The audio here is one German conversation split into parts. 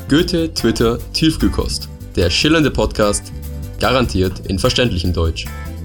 Goethe, Twitter, Tiefkühlkost. Der schillernde Podcast, garantiert in verständlichem Deutsch.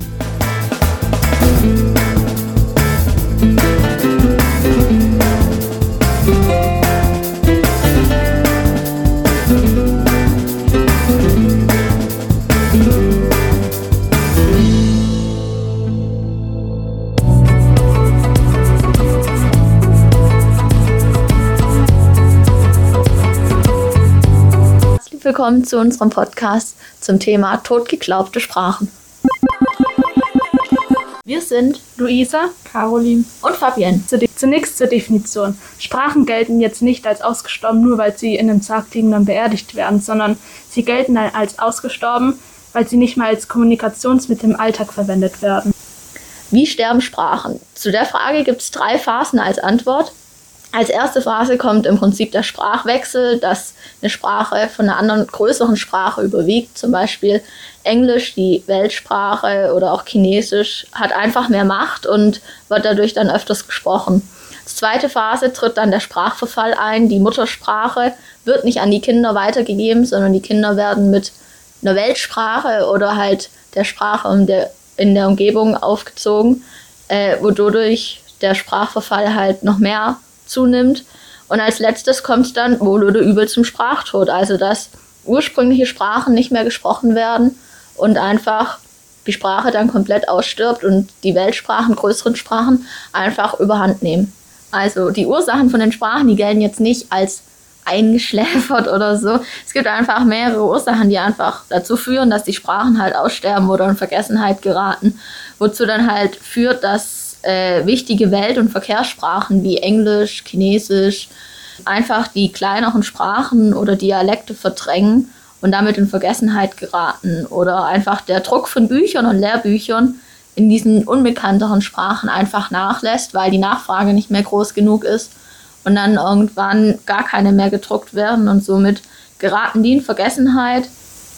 Willkommen zu unserem Podcast zum Thema totgeglaubte Sprachen. Wir sind Luisa, Caroline und Fabienne. Zunächst zur Definition. Sprachen gelten jetzt nicht als ausgestorben, nur weil sie in einem Sarg liegen und beerdigt werden, sondern sie gelten als ausgestorben, weil sie nicht mal als Kommunikationsmittel im Alltag verwendet werden. Wie sterben Sprachen? Zu der Frage gibt es 3 Phasen als Antwort. Als erste Phase kommt im Prinzip der Sprachwechsel, dass eine Sprache von einer anderen, größeren Sprache überwiegt. Zum Beispiel Englisch, die Weltsprache, oder auch Chinesisch, hat einfach mehr Macht und wird dadurch dann öfters gesprochen. Als zweite Phase tritt dann der Sprachverfall ein. Die Muttersprache wird nicht an die Kinder weitergegeben, sondern die Kinder werden mit einer Weltsprache oder halt der Sprache in der Umgebung aufgezogen, wodurch der Sprachverfall halt noch mehr zunimmt. Und als letztes kommt es dann wohl oder übel zum Sprachtod, also dass ursprüngliche Sprachen nicht mehr gesprochen werden und einfach die Sprache dann komplett ausstirbt und die Weltsprachen, größeren Sprachen, einfach überhand nehmen. Also die Ursachen von den Sprachen, die gelten jetzt nicht als eingeschläfert oder so. Es gibt einfach mehrere Ursachen, die einfach dazu führen, dass die Sprachen halt aussterben oder in Vergessenheit geraten, wozu dann halt führt, dass wichtige Welt- und Verkehrssprachen wie Englisch, Chinesisch einfach die kleineren Sprachen oder Dialekte verdrängen und damit in Vergessenheit geraten. Oder einfach der Druck von Büchern und Lehrbüchern in diesen unbekannteren Sprachen einfach nachlässt, weil die Nachfrage nicht mehr groß genug ist und dann irgendwann gar keine mehr gedruckt werden und somit geraten die in Vergessenheit.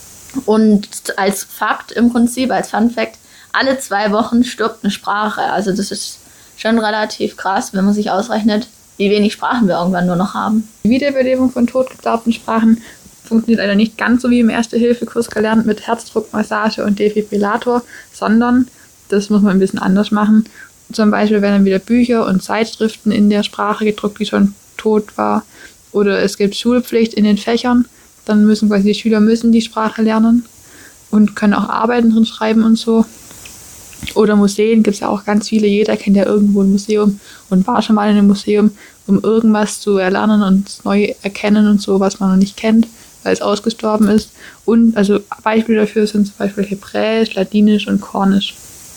Und als Fakt im Prinzip, als Fun Fact, alle 2 Wochen stirbt eine Sprache. Also das ist schon relativ krass, wenn man sich ausrechnet, wie wenig Sprachen wir irgendwann nur noch haben. Die Wiederbelebung von totgeglaubten Sprachen funktioniert leider nicht ganz so wie im Erste-Hilfe-Kurs gelernt mit Herzdruckmassage und Defibrillator, sondern das muss man ein bisschen anders machen. Zum Beispiel werden dann wieder Bücher und Zeitschriften in der Sprache gedruckt, die schon tot war. Oder es gibt Schulpflicht in den Fächern. Dann müssen quasi die Schüler die Sprache lernen und können auch Arbeiten drin schreiben und so. Oder Museen gibt es ja auch ganz viele. Jeder kennt ja irgendwo ein Museum und war schon mal in einem Museum, um irgendwas zu erlernen und neu erkennen und so, was man noch nicht kennt, weil es ausgestorben ist. Und also Beispiele dafür sind zum Beispiel Hebräisch, Ladinisch und Kornisch.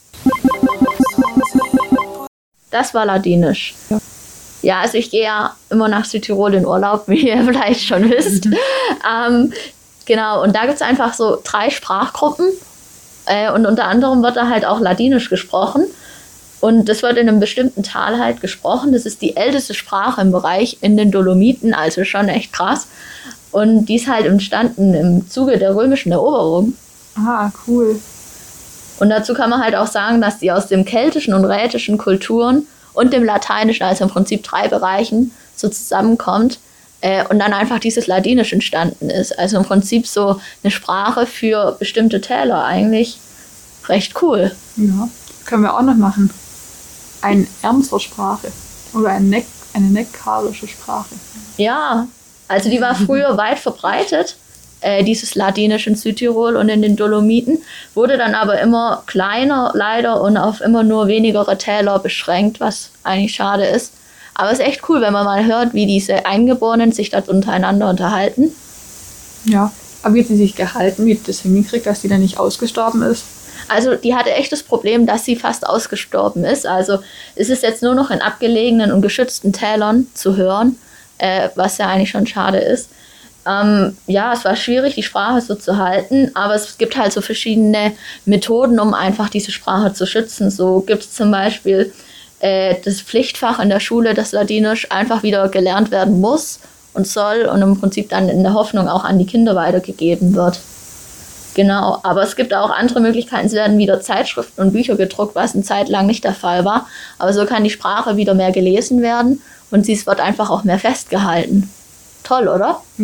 Das war Ladinisch. Ja, also ich gehe ja immer nach Südtirol in Urlaub, wie ihr vielleicht schon wisst. Genau, und da gibt es einfach so 3 Sprachgruppen. Und unter anderem wird da halt auch Ladinisch gesprochen. Und das wird in einem bestimmten Tal halt gesprochen. Das ist die älteste Sprache im Bereich in den Dolomiten, also schon echt krass. Und die ist halt entstanden im Zuge der römischen Eroberung. Ah, cool. Und dazu kann man halt auch sagen, dass die aus dem keltischen und rätischen Kulturen und dem Lateinischen, also im Prinzip 3 Bereichen, so zusammenkommt. Und dann einfach dieses Ladinisch entstanden ist. Also im Prinzip so eine Sprache für bestimmte Täler, eigentlich recht cool. Ja, können wir auch noch machen. Eine Ermser-Sprache oder eine nektarische Sprache. Ja, also die war früher weit verbreitet, dieses Ladinisch in Südtirol und in den Dolomiten, wurde dann aber immer kleiner leider und auf immer nur wenigere Täler beschränkt, was eigentlich schade ist. Aber es ist echt cool, wenn man mal hört, wie diese Eingeborenen sich da untereinander unterhalten. Ja, aber wie hat sie sich gehalten, wie das hingekriegt, dass die dann nicht ausgestorben ist? Also die hatte echt das Problem, dass sie fast ausgestorben ist. Also es ist jetzt nur noch in abgelegenen und geschützten Tälern zu hören, was ja eigentlich schon schade ist. Ja, es war schwierig, die Sprache so zu halten, aber es gibt halt so verschiedene Methoden, um einfach diese Sprache zu schützen. So gibt es zum Beispiel das Pflichtfach in der Schule, das Ladinisch einfach wieder gelernt werden muss und soll und im Prinzip dann in der Hoffnung auch an die Kinder weitergegeben wird. Genau, aber es gibt auch andere Möglichkeiten. Es werden wieder Zeitschriften und Bücher gedruckt, was eine Zeit lang nicht der Fall war. Aber so kann die Sprache wieder mehr gelesen werden und sie wird einfach auch mehr festgehalten. Toll, oder? Ja,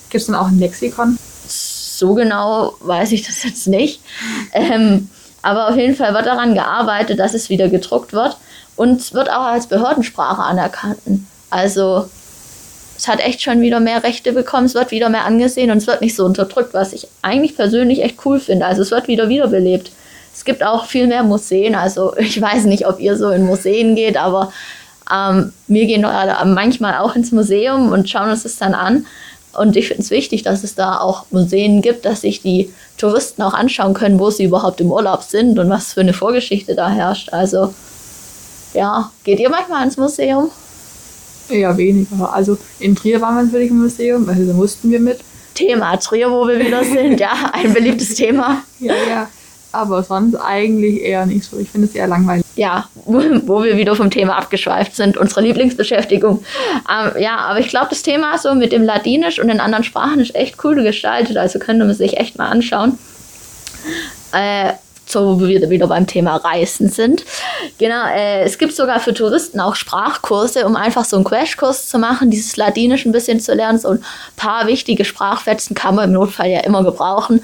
Gibt es dann auch ein Lexikon? So genau weiß ich das jetzt nicht. Aber auf jeden Fall wird daran gearbeitet, dass es wieder gedruckt wird. Und es wird auch als Behördensprache anerkannt. Also es hat echt schon wieder mehr Rechte bekommen, es wird wieder mehr angesehen und es wird nicht so unterdrückt, was ich eigentlich persönlich echt cool finde. Also es wird wieder wiederbelebt. Es gibt auch viel mehr Museen. Also ich weiß nicht, ob ihr so in Museen geht, aber wir gehen manchmal auch ins Museum und schauen uns das dann an. Und ich finde es wichtig, dass es da auch Museen gibt, dass sich die Touristen auch anschauen können, wo sie überhaupt im Urlaub sind und was für eine Vorgeschichte da herrscht. Also ja, geht ihr manchmal ins Museum? Ja, weniger. Also in Trier waren wir natürlich im Museum, also da mussten wir mit. Thema Trier, wo wir wieder sind, ja, ein beliebtes Thema. Ja. Aber sonst eigentlich eher nicht so. Ich finde es eher langweilig. Ja, wo wir wieder vom Thema abgeschweift sind, unsere Lieblingsbeschäftigung. Ja, aber ich glaube, das Thema so mit dem Ladinisch und den anderen Sprachen ist echt cool gestaltet. Also könnte man sich echt mal anschauen. So, wo wir wieder beim Thema Reisen sind. Genau, es gibt sogar für Touristen auch Sprachkurse, um einfach so einen Crashkurs zu machen, dieses Ladinisch ein bisschen zu lernen. So ein paar wichtige Sprachfetzen kann man im Notfall ja immer gebrauchen.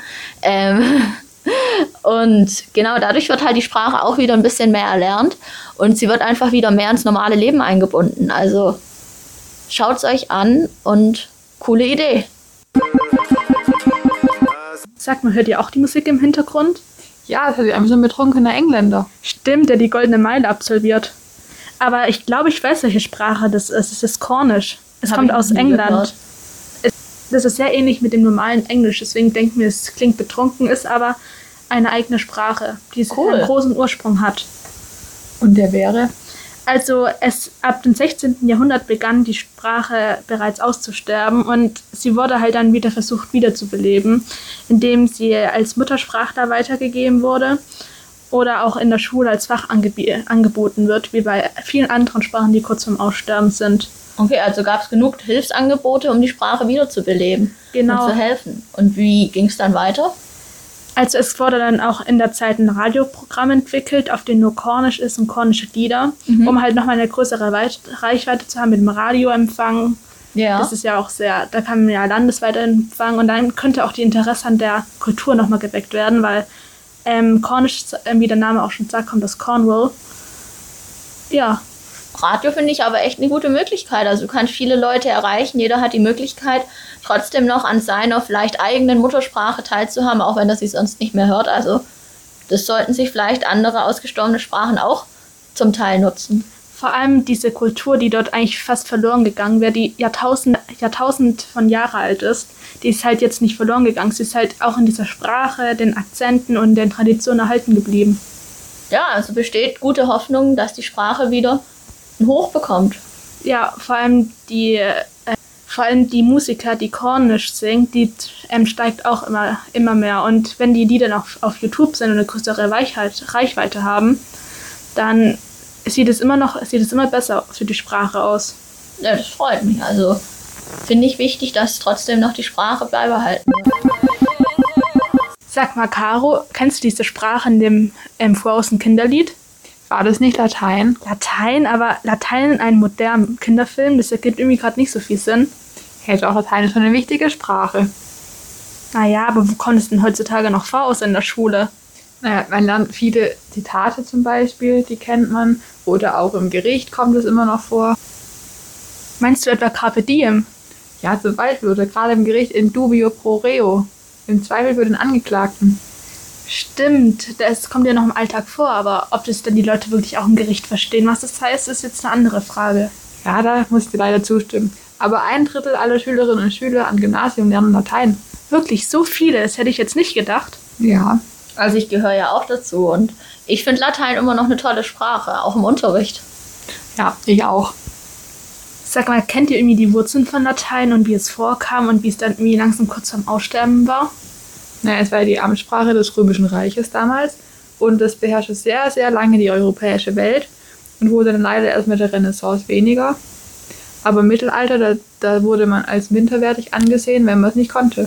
Und genau dadurch wird halt die Sprache auch wieder ein bisschen mehr erlernt und sie wird einfach wieder mehr ins normale Leben eingebunden. Also schaut es euch an und coole Idee. Sag mal, hört ihr auch die Musik im Hintergrund? Ja, das ist einfach so ein betrunkener Engländer. Stimmt, der die Goldene Meile absolviert. Aber ich glaube, ich weiß, welche Sprache das ist. Es ist Kornisch. Es kommt aus England. Das ist sehr ähnlich mit dem normalen Englisch. Deswegen denken wir, es klingt betrunken, ist aber eine eigene Sprache, die einen großen Ursprung hat. Und der wäre? Also ab dem 16. Jahrhundert begann die Sprache bereits auszusterben und sie wurde halt dann wieder versucht wiederzubeleben, indem sie als Muttersprachler weitergegeben wurde oder auch in der Schule als Fach angeboten wird, wie bei vielen anderen Sprachen, die kurz vorm Aussterben sind. Okay, also gab es genug Hilfsangebote, um die Sprache wiederzubeleben und zu helfen. Und wie ging es dann weiter? Also es wurde dann auch in der Zeit ein Radioprogramm entwickelt, auf dem nur Kornisch ist und kornische Lieder, um halt nochmal eine größere Reichweite zu haben mit dem Radioempfang. Ja. Das ist ja auch da kann man ja landesweit empfangen und dann könnte auch die Interesse an der Kultur nochmal geweckt werden, weil Kornisch, wie der Name auch schon sagt, kommt aus Cornwall. Ja. Radio finde ich aber echt eine gute Möglichkeit. Also du kannst viele Leute erreichen. Jeder hat die Möglichkeit, trotzdem noch an seiner vielleicht eigenen Muttersprache teilzuhaben, auch wenn er sie sonst nicht mehr hört. Also das sollten sich vielleicht andere ausgestorbene Sprachen auch zum Teil nutzen. Vor allem diese Kultur, die dort eigentlich fast verloren gegangen wäre, die Jahrtausend von Jahren alt ist, die ist halt jetzt nicht verloren gegangen. Sie ist halt auch in dieser Sprache, den Akzenten und den Traditionen erhalten geblieben. Ja, also besteht gute Hoffnung, dass die Sprache wieder Hoch bekommt. Ja, vor allem die Musiker, die Kornisch singen, die steigt auch immer mehr. Und wenn die Lieder noch auf YouTube sind und eine größere Reichweite haben, dann sieht es immer besser für die Sprache aus. Ja, das freut mich. Also finde ich wichtig, dass trotzdem noch die Sprache beibehalten wird. Sag mal, Caro, kennst du diese Sprache in dem Frozen Kinderlied? War das nicht Latein? Latein, aber Latein in einem modernen Kinderfilm, das ergibt irgendwie gerade nicht so viel Sinn. Hätte auch Latein ist schon eine wichtige Sprache. Naja, aber wo kommt es denn heutzutage noch vor aus in der Schule? Naja, man lernt viele Zitate zum Beispiel, die kennt man. Oder auch im Gericht kommt es immer noch vor. Meinst du etwa Carpe Diem? Ja, zum Beispiel. Oder gerade im Gericht in dubio pro reo. Im Zweifel für den Angeklagten. Stimmt, das kommt ja noch im Alltag vor, aber ob das denn die Leute wirklich auch im Gericht verstehen, was das heißt, ist jetzt eine andere Frage. Ja, da muss ich dir leider zustimmen. Aber 1/3 aller Schülerinnen und Schüler am Gymnasium lernen Latein. Wirklich, so viele? Das hätte ich jetzt nicht gedacht. Ja. Also ich gehöre ja auch dazu und ich finde Latein immer noch eine tolle Sprache, auch im Unterricht. Ja, ich auch. Sag mal, kennt ihr irgendwie die Wurzeln von Latein und wie es vorkam und wie es dann irgendwie langsam kurz vorm Aussterben war? Naja, es war ja die Amtssprache des Römischen Reiches damals und das beherrschte sehr, sehr lange die europäische Welt und wurde dann leider erst mit der Renaissance weniger. Aber im Mittelalter, da wurde man als minderwertig angesehen, wenn man es nicht konnte.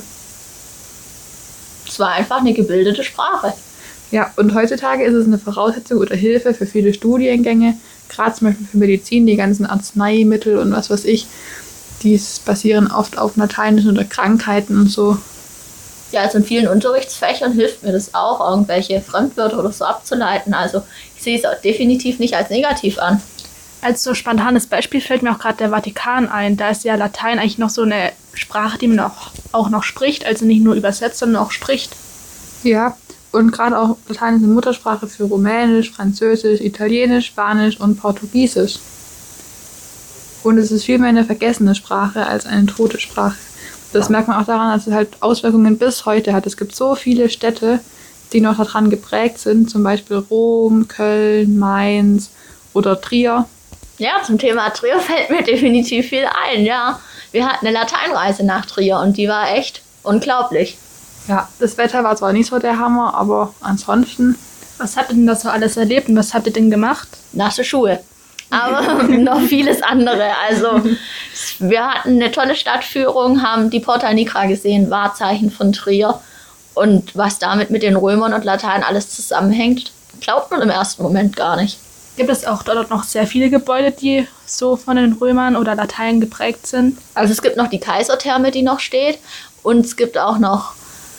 Es war einfach eine gebildete Sprache. Ja, und heutzutage ist es eine Voraussetzung oder Hilfe für viele Studiengänge, gerade zum Beispiel für Medizin, die ganzen Arzneimittel und was weiß ich, die basieren oft auf Lateinischen oder Krankheiten und so. Ja, also in vielen Unterrichtsfächern hilft mir das auch, irgendwelche Fremdwörter oder so abzuleiten. Also ich sehe es auch definitiv nicht als negativ an. Als so spontanes Beispiel fällt mir auch gerade der Vatikan ein. Da ist ja Latein eigentlich noch so eine Sprache, die man auch noch spricht, also nicht nur übersetzt, sondern auch spricht. Ja, und gerade auch Latein ist eine Muttersprache für Rumänisch, Französisch, Italienisch, Spanisch und Portugiesisch. Und es ist viel mehr eine vergessene Sprache als eine tote Sprache. Das merkt man auch daran, dass es halt Auswirkungen bis heute hat. Es gibt so viele Städte, die noch daran geprägt sind, zum Beispiel Rom, Köln, Mainz oder Trier. Ja, zum Thema Trier fällt mir definitiv viel ein, ja. Wir hatten eine Lateinreise nach Trier und die war echt unglaublich. Ja, das Wetter war zwar nicht so der Hammer, aber ansonsten... Was habt ihr denn da so alles erlebt und was habt ihr denn gemacht? Nasse Schuhe. Aber noch vieles andere. Also wir hatten eine tolle Stadtführung, haben die Porta Nigra gesehen, Wahrzeichen von Trier. Und was damit mit den Römern und Latein alles zusammenhängt, glaubt man im ersten Moment gar nicht. Gibt es auch dort noch sehr viele Gebäude, die so von den Römern oder Latein geprägt sind? Also es gibt noch die Kaisertherme, die noch steht. Und es gibt auch noch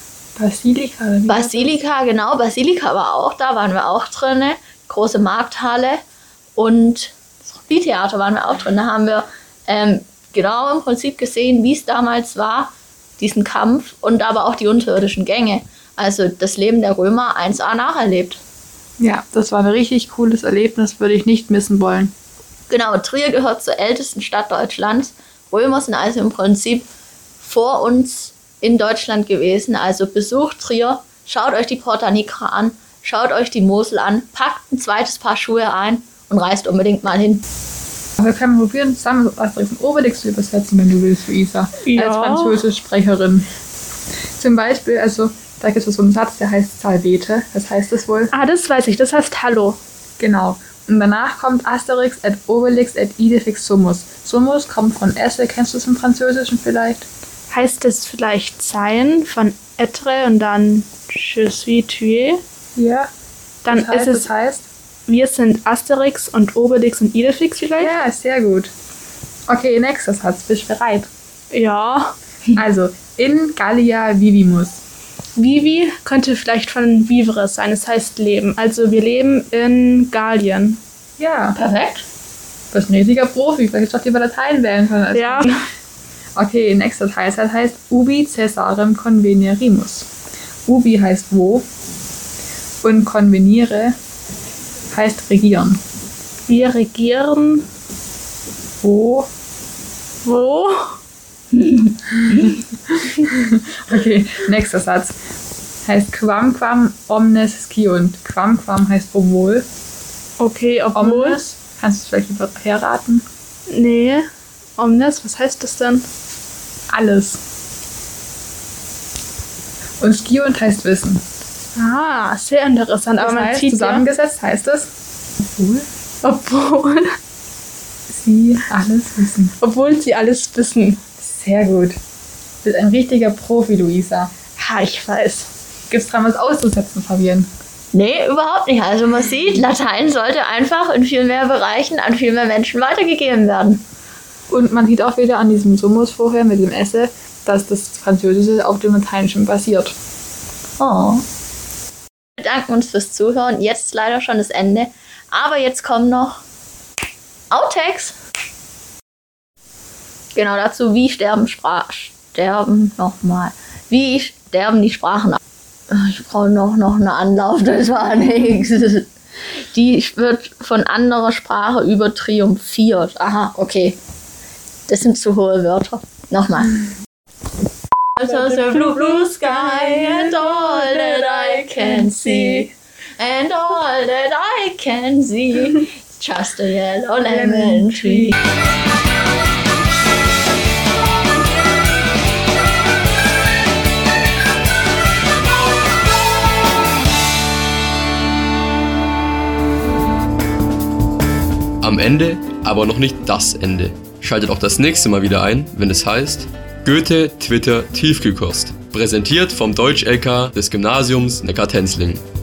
Basilika, genau. Basilika war auch da, waren wir auch drin. Große Markthalle und das Amphitheater waren wir auch drin. Da haben wir genau im Prinzip gesehen, wie es damals war, diesen Kampf und aber auch die unterirdischen Gänge. Also das Leben der Römer 1A nacherlebt. Ja, das war ein richtig cooles Erlebnis, würde ich nicht missen wollen. Genau, Trier gehört zur ältesten Stadt Deutschlands. Römer sind also im Prinzip vor uns in Deutschland gewesen. Also besucht Trier, schaut euch die Porta Nigra an, schaut euch die Mosel an, packt ein zweites Paar Schuhe ein und reist unbedingt mal hin. Wir können probieren, zusammen Asterix und Obelix zu übersetzen, wenn du willst, Luisa. Ja. Als Französisch-Sprecherin. Zum Beispiel, also da gibt es so einen Satz, der heißt Salvete. Was heißt das wohl? Ah, das weiß ich, das heißt Hallo. Genau. Und danach kommt Asterix et Obelix et Idefix Summus. Summus kommt von Esse, kennst du es im Französischen vielleicht? Heißt es vielleicht sein von Etre und dann Je suis tué? Ja. Dann ist es, das heißt, wir sind Asterix und Obelix und Idefix vielleicht? Ja, sehr gut. Okay, nächster Satz. Bist du bereit? Ja. Also, in Gallia vivimus. Vivi könnte vielleicht von vivere sein, das heißt leben. Also wir leben in Gallien. Ja. Perfekt. Du bist ein riesiger Profi. Vielleicht hättest du auch lieber Latein wählen können. Ja. Okay, nächster Teil. Das heißt ubi Caesarem convenierimus. Ubi heißt wo und convenire heißt regieren. Wir regieren Wo? Okay, nächster Satz. Heißt quamquam omnes sciunt. Quamquam heißt obwohl. Okay, obwohl. Omnes, kannst du es vielleicht herraten? Nee. Omnes, was heißt das denn? Alles. Und sciunt heißt wissen. Ah, sehr interessant. Das aber man heißt, zieht zusammengesetzt heißt es obwohl sie alles wissen. Obwohl sie alles wissen. Sehr gut. Du bist ein richtiger Profi, Luisa. Ha, ich weiß. Gibt's dran was auszusetzen, Fabienne? Nee, überhaupt nicht. Also man sieht, Latein sollte einfach in viel mehr Bereichen an viel mehr Menschen weitergegeben werden. Und man sieht auch wieder an diesem Summus vorher mit dem Esse, dass das Französische auf dem Lateinischen basiert. Oh. Wir bedanken uns fürs Zuhören. Jetzt ist leider schon das Ende. Aber jetzt kommen noch Outtakes. Genau dazu, wie sterben die Sprachen ab. Ich brauche noch einen Anlauf, das war nichts. Die wird von anderer Sprache übertriumphiert. Aha, okay. Das sind zu hohe Wörter. Nochmal. There's a blue, blue sky and all that I can see. And all that I can see. Just a yellow lemon tree. Am Ende, aber noch nicht das Ende. Schaltet auch das nächste Mal wieder ein, wenn es heißt Goethe Twitter Tiefkühlkost. Präsentiert vom Deutsch-LK des Gymnasiums Neckar-Tenzlingen.